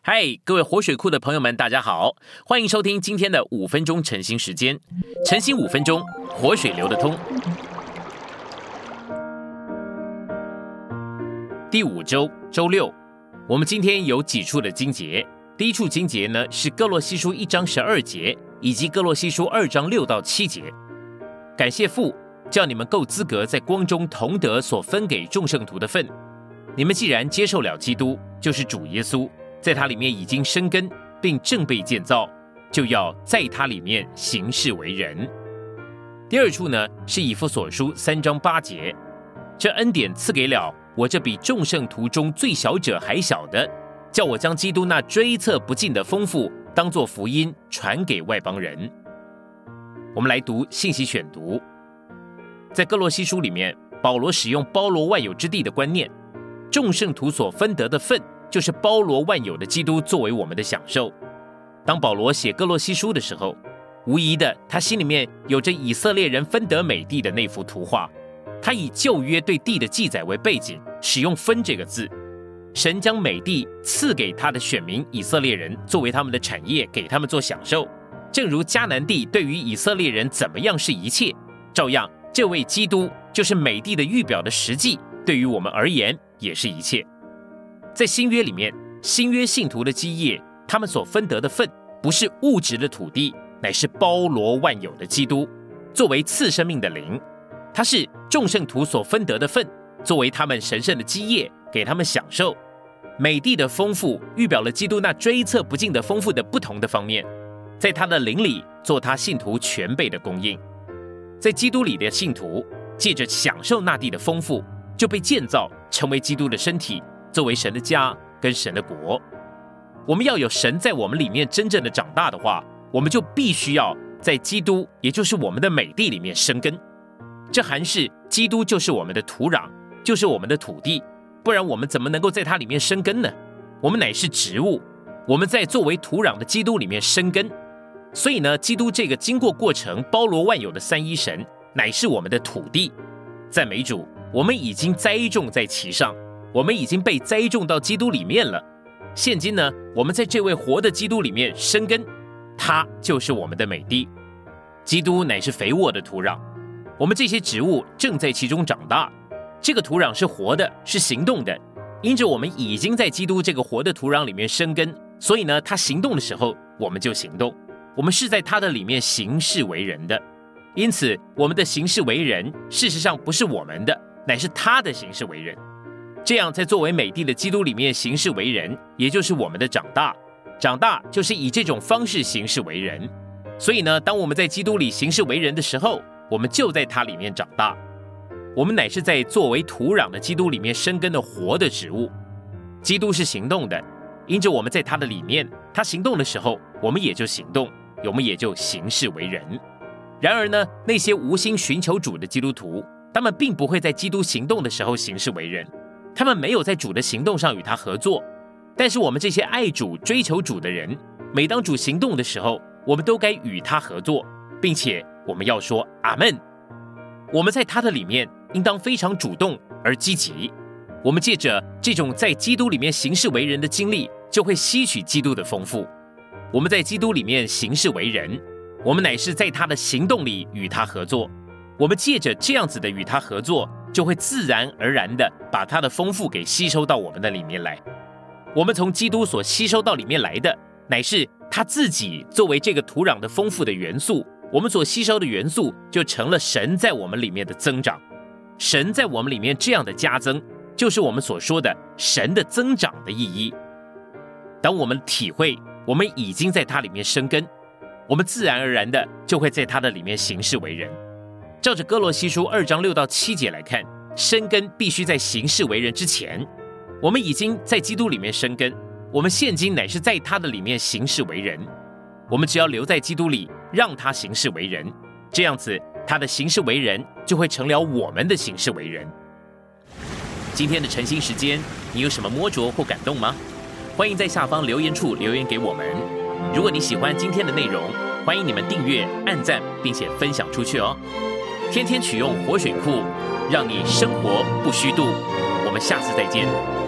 嗨，各位活水库的朋友们，大家好，欢迎收听今天的5分钟晨兴时间。晨兴5分钟，活水流得通。第5周周六，我们今天有几处的经节。第一处经节呢是哥罗西书1章12节，以及哥罗西书2章6到7节。感谢父，叫你们够资格在光中同得所分给众圣徒的份。你们既然接受了基督，就是主耶稣，在他里面已经生根，并正被建造，就要在他里面行事为人。第二处呢是以弗所书3章8节，这恩典赐给了我这比众圣徒中最小者还小的，叫我将基督那追测不尽的丰富当作福音传给外邦人。我们来读信息选读。在哥罗西书里面，保罗使用包罗万有之地的观念，众圣徒所分得的份就是包罗万有的基督作为我们的享受。当保罗写哥罗西书的时候，无疑的他心里面有着以色列人分得美地的那幅图画。他以旧约对地的记载为背景，使用分这个字。神将美地赐给他的选民以色列人作为他们的产业，给他们做享受。正如迦南地对于以色列人怎么样是一切，照样这位基督就是美地的预表的实际，对于我们而言也是一切。在新约里面，新约信徒的基业，他们所分得的份不是物质的土地，乃是包罗万有的基督，作为赐生命的灵。它是众圣徒所分得的份，作为他们神圣的基业，给他们享受。美地的丰富预表了基督那追测不尽的丰富的不同的方面，在他的灵里做他信徒全备的供应。在基督里的信徒借着享受那地的丰富，就被建造成为基督的身体，作为神的家跟神的国。我们要有神在我们里面真正的长大的话，我们就必须要在基督，也就是我们的美地里面生根。这含是基督就是我们的土壤，就是我们的土地，不然我们怎么能够在它里面生根呢？我们乃是植物，我们在作为土壤的基督里面生根。所以呢，基督这个经过过程包罗万有的三一神，乃是我们的土地。赞美主，我们已经栽种在其上，我们已经被栽种到基督里面了。现今呢，我们在这位活的基督里面生根，他就是我们的美地。基督乃是肥沃的土壤，我们这些植物正在其中长大。这个土壤是活的，是行动的，因着我们已经在基督这个活的土壤里面生根，所以呢，他行动的时候，我们就行动。我们是在他的里面行事为人的，因此我们的行事为人，事实上不是我们的，乃是他的行事为人。这样在作为美地的基督里面行事为人，也就是我们的长大。长大就是以这种方式行事为人。所以呢，当我们在基督里行事为人的时候，我们就在他里面长大。我们乃是在作为土壤的基督里面生根的活的植物。基督是行动的，因着我们在他的里面，他行动的时候，我们也就行动，我们也就行事为人。然而呢，那些无心寻求主的基督徒，他们并不会在基督行动的时候行事为人，他们没有在主的行动上与他合作。但是我们这些爱主追求主的人，每当主行动的时候，我们都该与他合作，并且我们要说阿们。我们在他的里面应当非常主动而积极。我们借着这种在基督里面行事为人的经历，就会吸取基督的丰富。我们在基督里面行事为人，我们乃是在他的行动里与他合作。我们借着这样子的与他合作，就会自然而然的把他的丰富给吸收到我们的里面来。我们从基督所吸收到里面来的，乃是他自己作为这个土壤的丰富的元素。我们所吸收的元素就成了神在我们里面的增长。神在我们里面这样的加增，就是我们所说的神的增长的意义。当我们体会我们已经在他里面生根，我们自然而然的就会在他的里面行事为人。照着哥罗西书2章6到7节来看，生根必须在行事为人之前。我们已经在基督里面生根，我们现今乃是在他的里面行事为人。我们只要留在基督里，让他行事为人，这样子他的行事为人就会成了我们的行事为人。今天的晨兴时间，你有什么摸着或感动吗？欢迎在下方留言处留言给我们。如果你喜欢今天的内容，欢迎你们订阅、按赞，并且分享出去哦。天天取用活水库，让你生活不虚度。我们下次再见。